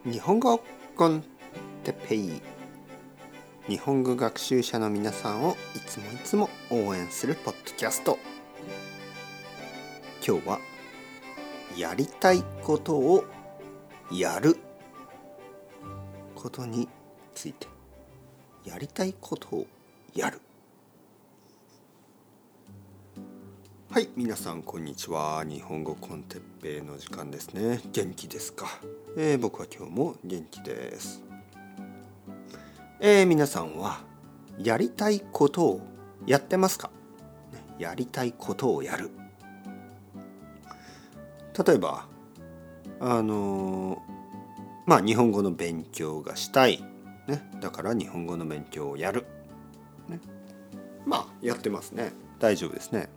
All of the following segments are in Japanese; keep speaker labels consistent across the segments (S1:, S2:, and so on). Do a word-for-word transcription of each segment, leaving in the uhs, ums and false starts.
S1: 日本語コンテペイ、日本語学習者の皆さんをいつもいつも応援するポッドキャスト。今日はやりたいことをやることについて。やりたいことをやる。はい、皆さんこんにちは。日本語コンテッペイの時間ですね。元気ですか？えー、僕は今日も元気です。えー、皆さんはやりたいことをやってますか？やりたいことをやる。例えばあのー、まあ日本語の勉強がしたい、ね、だから日本語の勉強をやる、ね、まあやってますね。大丈夫ですね。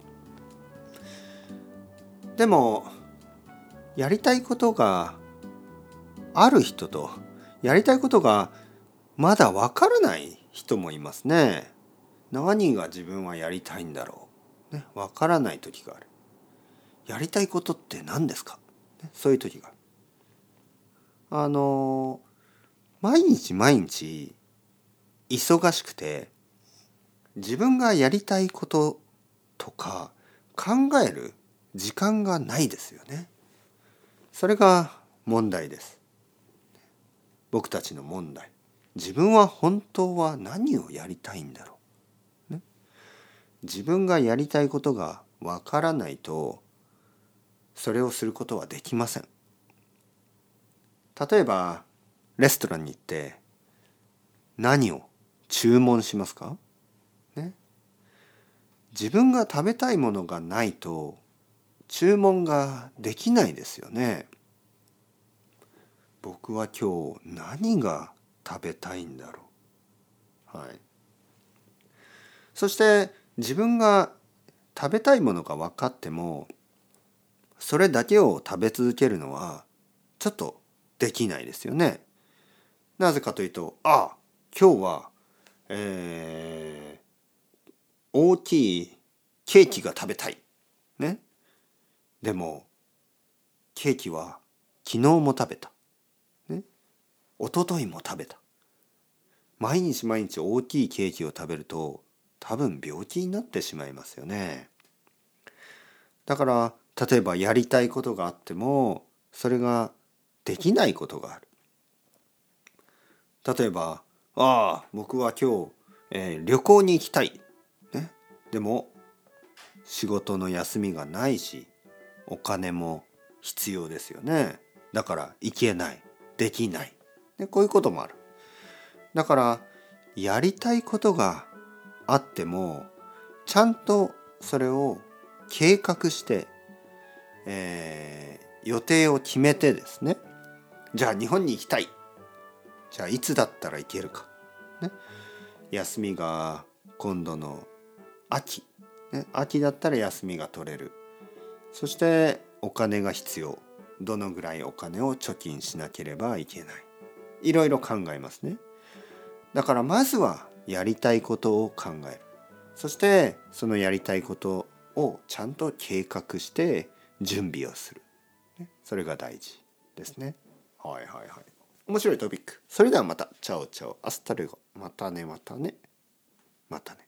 S1: でもやりたいことがある人とやりたいことがまだわからない人もいますね。何が自分はやりたいんだろう、ね、わからない時がある。やりたいことって何ですか、ね、そういう時がある。あの毎日毎日忙しくて自分がやりたいこととか考える時間がないですよね。それが問題です。僕たちの問題。自分は本当は何をやりたいんだろう、ね、自分がやりたいことがわからないとそれをすることはできません。例えばレストランに行って何を注文しますか、ね、自分が食べたいものがないと注文ができないですよね。僕は今日何が食べたいんだろう。はい。そして自分が食べたいものが分かってもそれだけを食べ続けるのはちょっとできないですよね。なぜかというと、ああ、今日は、えー、大きいケーキが食べたい。ね。でもケーキは昨日も食べた。ね。一昨日も食べた。毎日毎日大きいケーキを食べると多分病気になってしまいますよね。だから例えばやりたいことがあってもそれができないことがある。例えば、ああ、僕は今日、えー、旅行に行きたい、ね。でも仕事の休みがないしお金も必要ですよね。だから行けない、できない、ね、こういうこともある。だからやりたいことがあってもちゃんとそれを計画して、えー、予定を決めてですね。じゃあ日本に行きたい。じゃあいつだったら行けるか、ね、休みが今度の秋、ね、秋だったら休みが取れる。そしてお金が必要。どのぐらいお金を貯金しなければいけない。いろいろ考えますね。だからまずはやりたいことを考える。そしてそのやりたいことをちゃんと計画して準備をする。それが大事ですね。はいはいはい。面白いトピック。それではまた。チャオチャオ。アスタルゴ。またねまたね。またね。